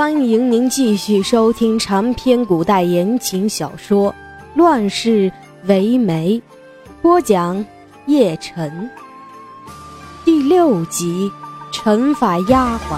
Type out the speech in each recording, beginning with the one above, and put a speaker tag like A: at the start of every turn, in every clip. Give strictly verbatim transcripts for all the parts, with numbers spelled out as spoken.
A: 欢迎您继续收听长篇古代言情小说《乱世为媒》，播讲叶晨。第六集，惩罚丫鬟。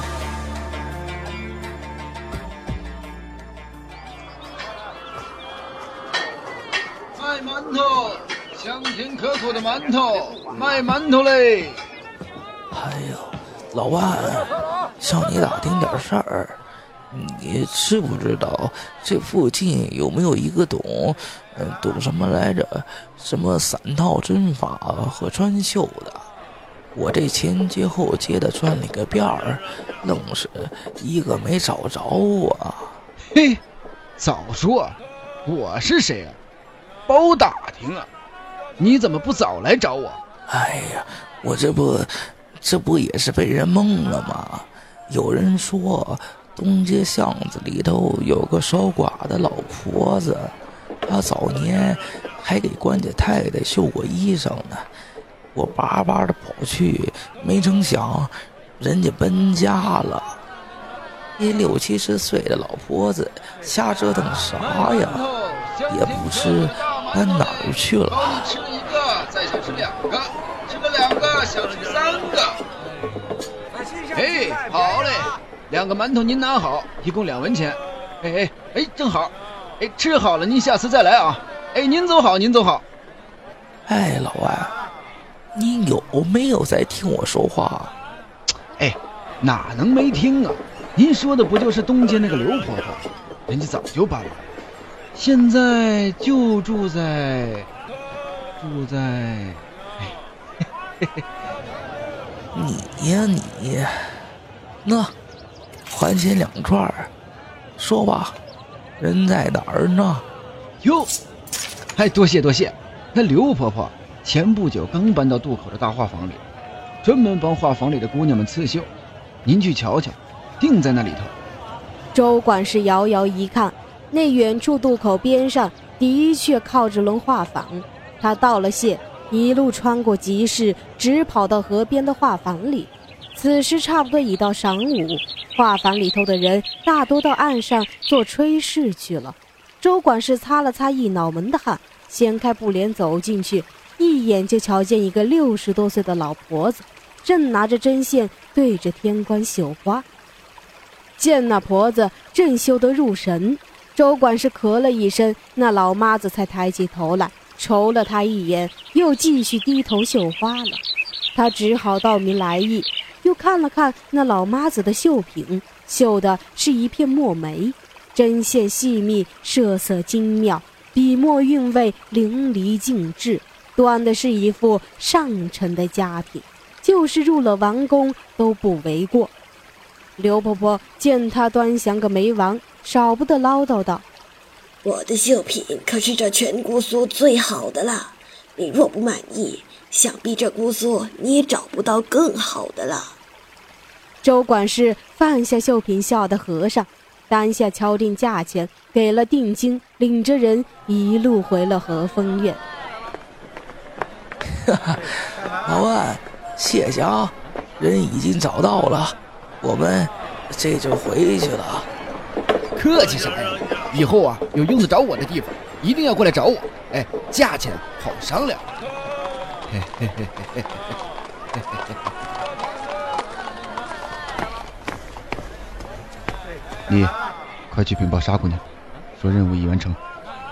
B: 卖馒头，香甜可口的馒头，卖馒头嘞！
C: 哎呦，老万，向你打听点事儿，你知不知道这附近有没有一个懂，嗯，懂什么来着？什么散套针法和穿绣的？我这前接后接的转了个遍儿，愣是一个没找着啊！
B: 嘿，早说，我是谁啊？包打听啊！你怎么不早来找我？
C: 哎呀，我这不。这不也是被人蒙了吗？有人说东街巷子里头有个守寡的老婆子，她早年还给官家太太绣过衣裳呢。我巴巴的跑去，没成想人家奔家了。一六七十岁的老婆子瞎折腾啥呀？也不知搬哪儿去了。
B: 你吃了一个，再想吃两个。吃了两个，想吃三个。哎，好嘞，两个馒头您拿好，一共两文钱。哎哎哎，正好。哎，吃好了您下次再来啊。哎，您走好，您走好。
C: 哎，老万，你有没有在听我说话？
B: 哎，哪能没听啊？您说的不就是东街那个刘婆婆？人家早就搬了，现在就住在住在。
C: 你呀你，那还钱两串，说吧，人在哪儿呢？
B: 哟，哎，多谢多谢。那刘婆婆前不久刚搬到渡口的大画房里，专门帮画房里的姑娘们刺绣。您去瞧瞧，定在那里头。
A: 周管事遥遥一看，那远处渡口边上的确靠着轮画坊。他道了谢，一路穿过集市，直跑到河边的画坊里。此时差不多已到晌午，画坊里头的人大多到岸上做炊事去了。周管事擦了擦一脑门的汗，掀开布帘走进去，一眼就瞧见一个六十多岁的老婆子，正拿着针线对着天官绣花。见那婆子正绣得入神，周管事咳了一声，那老妈子才抬起头来，瞅了他一眼，又继续低头绣花了。他只好道明来意，又看了看那老妈子的绣品，绣的是一片墨梅，针线细密，色色精妙，笔墨韵味淋漓尽致，端的是一副上乘的佳品，就是入了王宫都不为过。刘婆婆见他端详个没完，少不得唠叨道：
D: 我的绣品可是这全姑苏最好的了，你若不满意，想必这姑苏你也找不到更好的了。
A: 周管事放下绣品，笑得和尚，当下敲定价钱，给了定金，领着人一路回了和风院。
C: 老万，谢谢啊，人已经找到了，我们这就回去了。
B: 客气啥呀？以后啊，有用得着我的地方，一定要过来找我。哎，价钱好商量。嘿嘿嘿嘿嘿嘿嘿。你快去禀报沙姑娘，说任务已完成。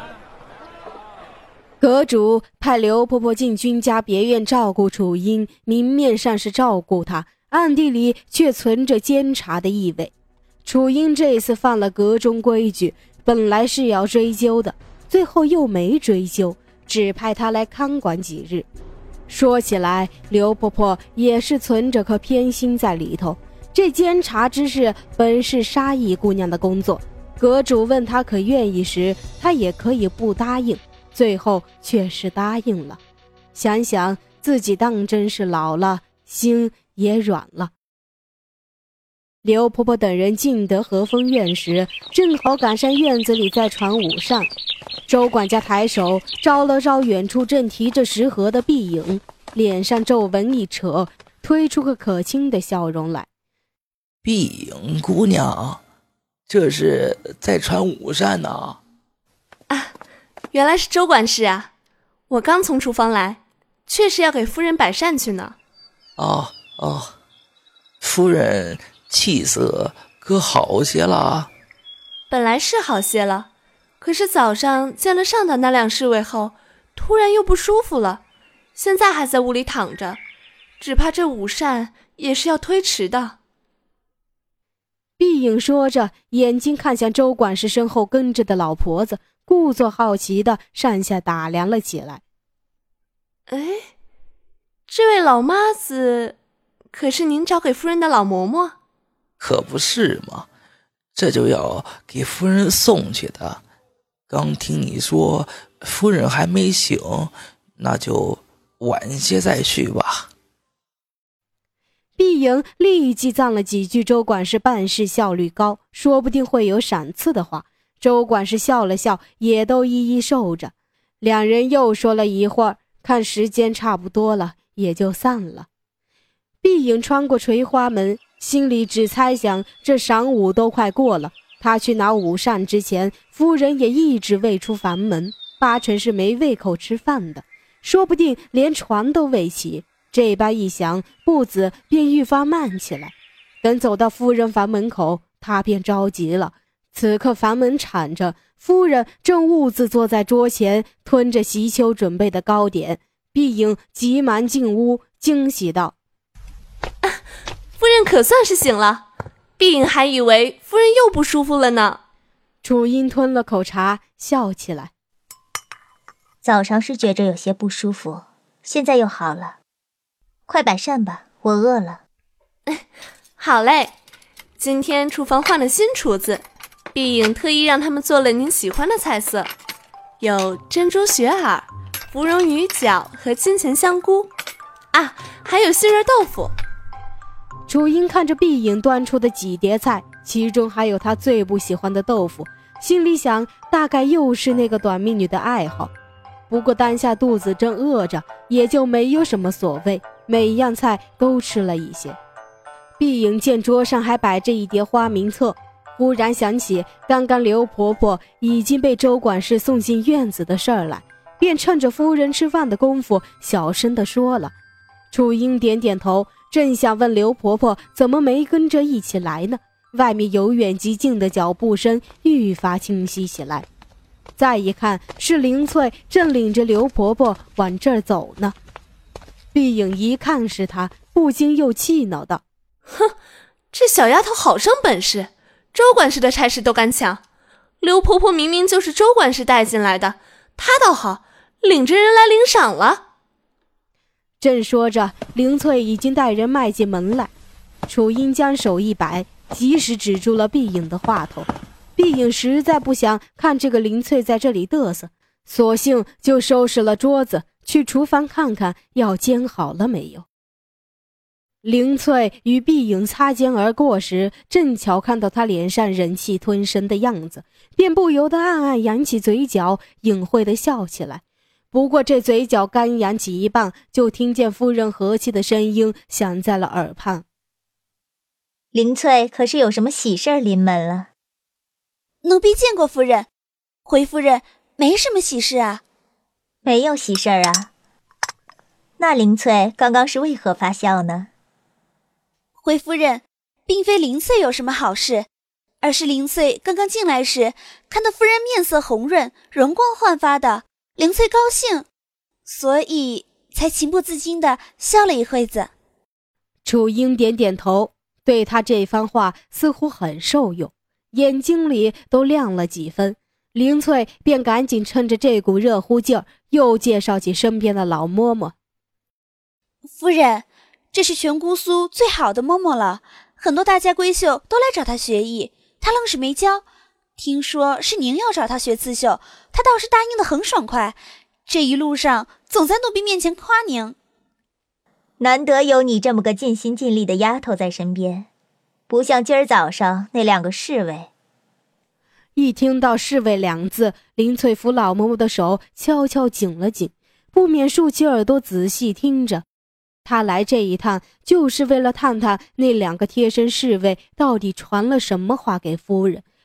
A: 阁主派刘婆婆进君家别院照顾楚英，明面上是照顾她，暗地里却存着监察的意味。楚英这次犯了阁中规矩，本来是要追究的，最后又没追究，只派她来看管几日。说起来，刘婆婆也是存着颗偏心在里头。这监察之事本是沙溢姑娘的工作，阁主问她可愿意时，她也可以不答应，最后却是答应了。想想自己当真是老了，心也软了。刘婆婆等人进得和风院时，正好赶上院子里在传午膳。周管家抬手招了招远处正提着食盒的碧影，脸上皱纹一扯，推出个可亲的笑容来。
C: 碧影姑娘， 这是在传午膳呢。
E: 啊，原来是周管事啊！我刚从厨房来，确实要给夫人摆膳去呢。
C: 哦哦，夫人气色可好些了？
E: 本来是好些了，可是早上见了上头那两侍卫后，突然又不舒服了，现在还在屋里躺着，只怕这午膳也是要推迟的。
A: 碧影说着，眼睛看向周管事身后跟着的老婆子，故作好奇地上下打量了起来。
E: 哎，这位老妈子，可是您找给夫人的老嬷嬷？
C: 可不是嘛，这就要给夫人送去的。刚听你说夫人还没醒，那就晚些再去吧。
A: 碧莹立即赞了几句周管事办事效率高，说不定会有赏赐的话。周管事笑了笑，也都一一受着。两人又说了一会儿，看时间差不多了，也就散了。碧莹穿过垂花门，心里只猜想这晌午都快过了，他去拿午膳之前，夫人也一直未出房门，八成是没胃口吃饭的，说不定连床都未起。这般一想，步子便愈发慢起来。等走到夫人房门口，他便着急了。此刻房门敞着，夫人正兀自坐在桌前，吞着席秋准备的糕点。碧莹急忙进屋，惊喜道：
E: 啊，夫人可算是醒了。碧莹还以为夫人又不舒服了呢。
A: 楚英吞了口茶，笑起来：
F: 早上是觉着有些不舒服，现在又好了。快摆膳吧，我饿了。
E: 好嘞，今天厨房换了新厨子，碧莹特意让他们做了您喜欢的菜色，有珍珠雪耳、芙蓉鱼饺和金钱香菇啊，还有杏仁豆腐。
A: 楚英看着碧莹端出的几碟菜，其中还有她最不喜欢的豆腐，心里想，大概又是那个短命女的爱好。不过当下肚子正饿着，也就没有什么所谓，每一样菜都吃了一些。碧莹见桌上还摆着一碟花名册，忽然想起刚刚刘婆婆已经被周管事送进院子的事儿来，便趁着夫人吃饭的功夫小声地说了。楚英点点头，正想问刘婆婆怎么没跟着一起来呢，外面由远及近的脚步声愈发清晰起来。再一看，是林翠正领着刘婆婆往这儿走呢。碧影一看是她，不禁又气恼道：
E: 哼，这小丫头好生本事，周管事的差事都敢抢。刘婆婆明明就是周管事带进来的，她倒好，领着人来领赏了。
A: 正说着，林翠已经带人迈进门来。楚英将手一摆，及时止住了碧影的话头。碧影实在不想看这个林翠在这里嘚瑟，索性就收拾了桌子，去厨房看看药煎好了没有。林翠与碧影擦肩而过时，正巧看到她脸上忍气吞声的样子，便不由得暗暗扬起嘴角，隐晦地笑起来。不过这嘴角刚扬起一半，就听见夫人和气的声音响在了耳畔：
F: 林翠可是有什么喜事儿临门了？
G: 奴婢见过夫人，回夫人没什么喜事啊。
F: 没有喜事儿啊？那林翠刚刚是为何发笑呢？
G: 回夫人，并非林翠有什么好事，而是林翠刚刚进来时，看到夫人面色红润，容光焕发的，林翠高兴，所以才情不自禁地笑了一会子。
A: 楚英点点头，对他这番话似乎很受用，眼睛里都亮了几分。林翠便赶紧趁着这股热乎劲儿，又介绍起身边的老嬷嬷。
G: 夫人，这是全姑苏最好的嬷嬷了，很多大家闺秀都来找她学艺，她愣是没教。听说是您要找她学刺绣，她倒是答应得很爽快，这一路上总在奴婢面前夸您。
F: 难得有你这么个尽心尽力的丫头在身边，不像今儿早上那两个侍卫。
A: 一听到侍卫两字，林翠扶老嬷嬷的手悄悄紧了紧，不免竖起耳朵仔细听着。他来这一趟就是为了探探那两个贴身侍卫到底传了什么话给夫人，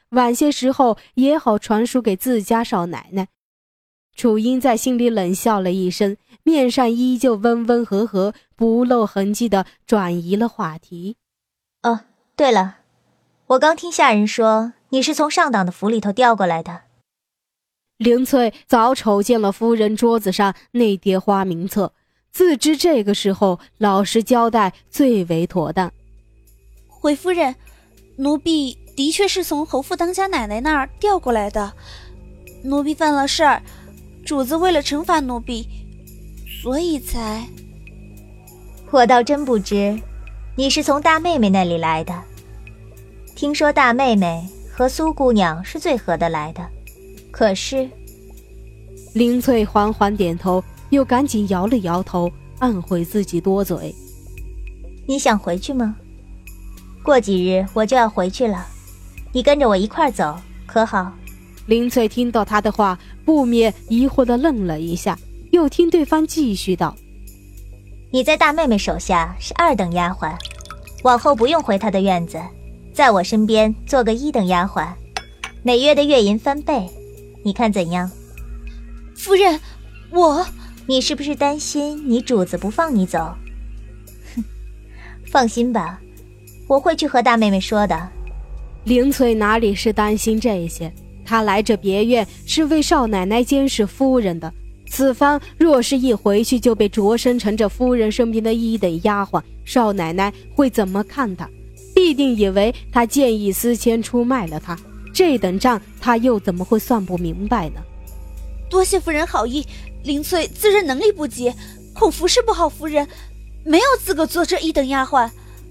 A: 晚些时候也好传输给自家少奶奶。楚英在心里冷笑了一声，面上依旧温温和和，不露痕迹地转移了话题。
F: 哦，对了，我刚听下人说你是从上党的府里头调过来的。
A: 林翠早瞅见了夫人桌子上那叠花名册，自知这个时候老实交代最为妥当。
G: 回夫人，奴婢的确是从侯府当家奶奶那儿调过来的。奴婢犯了事儿，主子为了惩罚奴婢，所以才……
F: 我倒真不知你是从大妹妹那里来的。听说大妹妹和苏姑娘是最合得来的，可是……
A: 林翠缓缓点头，又赶紧摇了摇头，暗悔自己多嘴。
F: 你想回去吗？过几日我就要回去了，你跟着我一块儿走，可好？
A: 林翠听到他的话，不免疑惑地愣了一下，又听对方继续道：
F: 你在大妹妹手下是二等丫鬟，往后不用回她的院子，在我身边做个一等丫鬟，每月的月银翻倍，你看怎样？
G: 夫人，我……
F: 你是不是担心你主子不放你走？哼，放心吧，我会去和大妹妹说的。
A: 林翠哪里是担心这些，她来这别院是为少奶奶监视夫人的。此番若是一回去就被擢升成这夫人身边的一等丫鬟，少奶奶会怎么看她？必定以为她见异思迁出卖了她，这等账她又怎么会算不明白呢？
G: 多谢夫人好意，林翠自认能力不及，恐服侍不好夫人，没有资格做这一等丫鬟。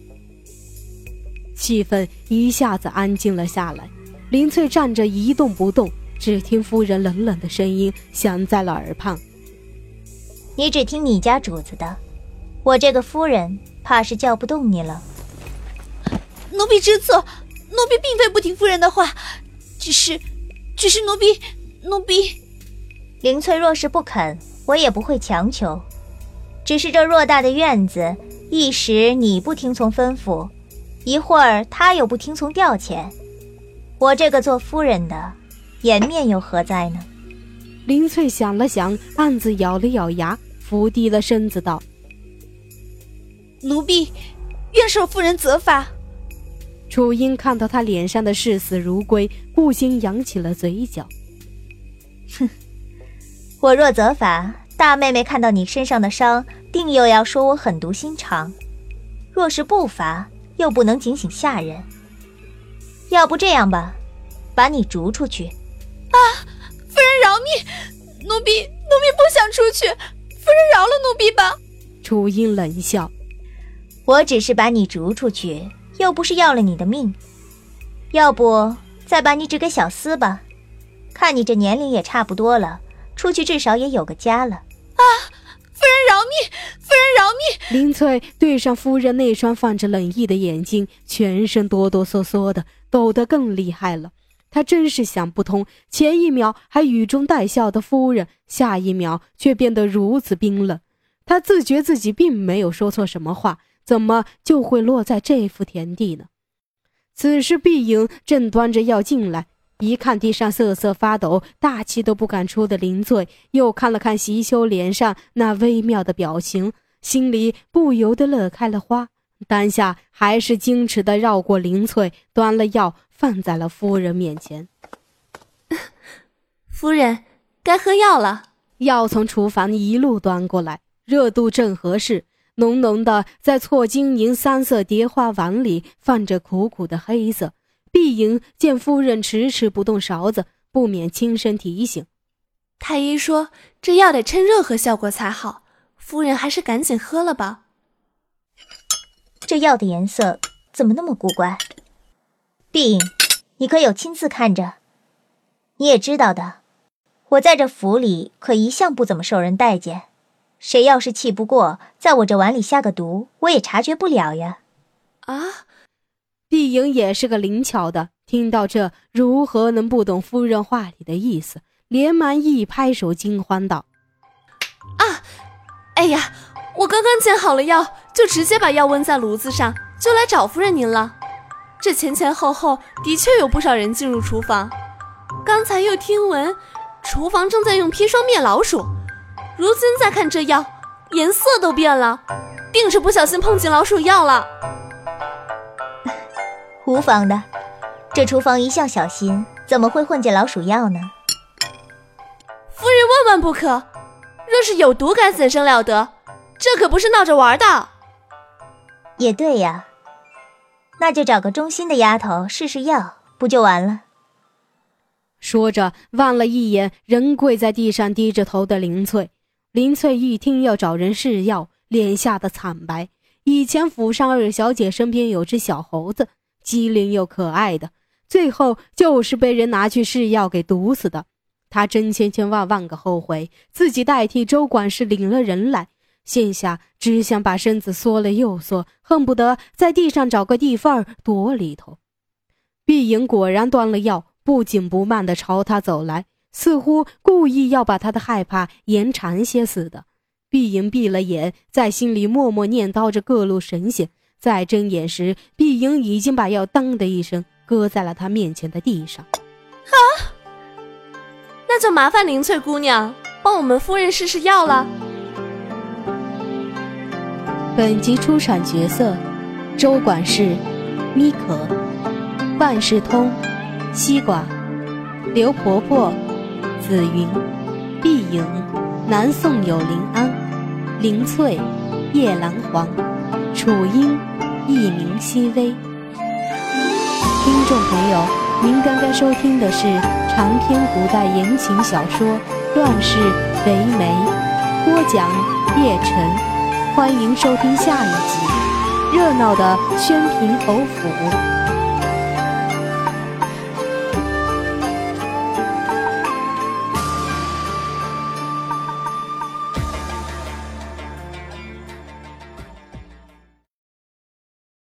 A: 气氛一下子安静了下来，林翠站着一动不动，只听夫人冷冷的声音响在了耳旁：
F: 你只听你家主子的，我这个夫人怕是叫不动你了。
G: 奴婢知错，奴婢并非不听夫人的话，只是只是奴婢奴婢
F: 林翠若是不肯，我也不会强求，只是这偌大的院子，一时你不听从吩咐，一会儿他又不听从调遣，我这个做夫人的颜面又何在呢？
A: 林翠想了想，暗自咬了咬牙，伏低了身子道：
G: 奴婢愿受夫人责罚。
A: 楚英看到他脸上的视死如归，不禁扬起了嘴角。
F: 哼，我若责罚，大妹妹看到你身上的伤，定又要说我狠毒心肠；若是不罚，又不能警醒下人。要不这样吧，把你逐出去。
G: 啊，夫人饶命！奴婢奴婢不想出去，夫人饶了奴婢吧。
A: 楚英冷笑：
F: 我只是把你逐出去，又不是要了你的命。要不再把你指给小厮吧，看你这年龄也差不多了，出去至少也有个家了。
G: 啊，夫人饶命！夫人饶命！
A: 林翠对上夫人那双泛着冷意的眼睛，全身哆哆嗦嗦的，抖得更厉害了。她真是想不通，前一秒还语中带笑的夫人，下一秒却变得如此冰冷。她自觉自己并没有说错什么话，怎么就会落在这幅田地呢？此时碧莹正端着要进来，一看地上瑟瑟发抖，大气都不敢出的林翠，又看了看席修脸上那微妙的表情，心里不由得乐开了花。当下还是矜持地绕过林翠，端了药放在了夫人面前。
E: 夫人，该喝药了。
A: 药从厨房一路端过来，热度正合适，浓浓的在错金银三色蝶花碗里泛着苦苦的黑色。碧莹见夫人迟迟不动勺子，不免轻声提醒：
E: 太医说这药得趁热喝效果才好，夫人还是赶紧喝了吧。
F: 这药的颜色怎么那么古怪？碧莹，你可有亲自看着？你也知道的，我在这府里可一向不怎么受人待见，谁要是气不过，在我这碗里下个毒，我也察觉不了呀。
E: 啊！
A: 碧莹也是个灵巧的，听到这如何能不懂夫人话里的意思，连忙一拍手惊欢道：
E: 啊！哎呀，我刚刚煎好了药，就直接把药温在炉子上，就来找夫人您了。 这前前后后的确有不少人进入厨房。刚才又听闻厨房正在用砒霜灭老鼠，如今再看这药，颜色都变了，定是不小心碰进老鼠药了。
F: 无妨的，这厨房一向小心，怎么会混进老鼠药呢？
E: 夫人万万不可，若是有毒该怎生了得？这可不是闹着玩的。
F: 也对呀，那就找个忠心的丫头试试药，不就完了？
A: 说着望了一眼仍跪在地上低着头的林翠。林翠一听要找人试药，脸吓得惨白。以前府上二小姐身边有只小猴子，机灵又可爱的，最后就是被人拿去试药给毒死的。她真千千万万个后悔自己代替周管事领了人来，现下只想把身子缩了又缩，恨不得在地上找个地缝躲里头。碧莹果然端了药，不紧不慢地朝他走来，似乎故意要把他的害怕延长些似的。碧莹闭了眼，在心里默默念叨着各路神仙。再睁眼时，碧莹已经把药当的一声搁在了他面前的地上。
E: 啊，那就麻烦林翠姑娘帮我们夫人试试药了。
A: 本集出场角色：周管事、咪可、万事通、西瓜、刘婆婆、紫云、碧莹、南宋有临安、林翠、夜郎黄、楚英、一鸣西微。听众朋友，您刚刚收听的是长篇古代言情小说《乱世为媒》，播讲叶晨。欢迎收听下一集。热闹的宣平侯府。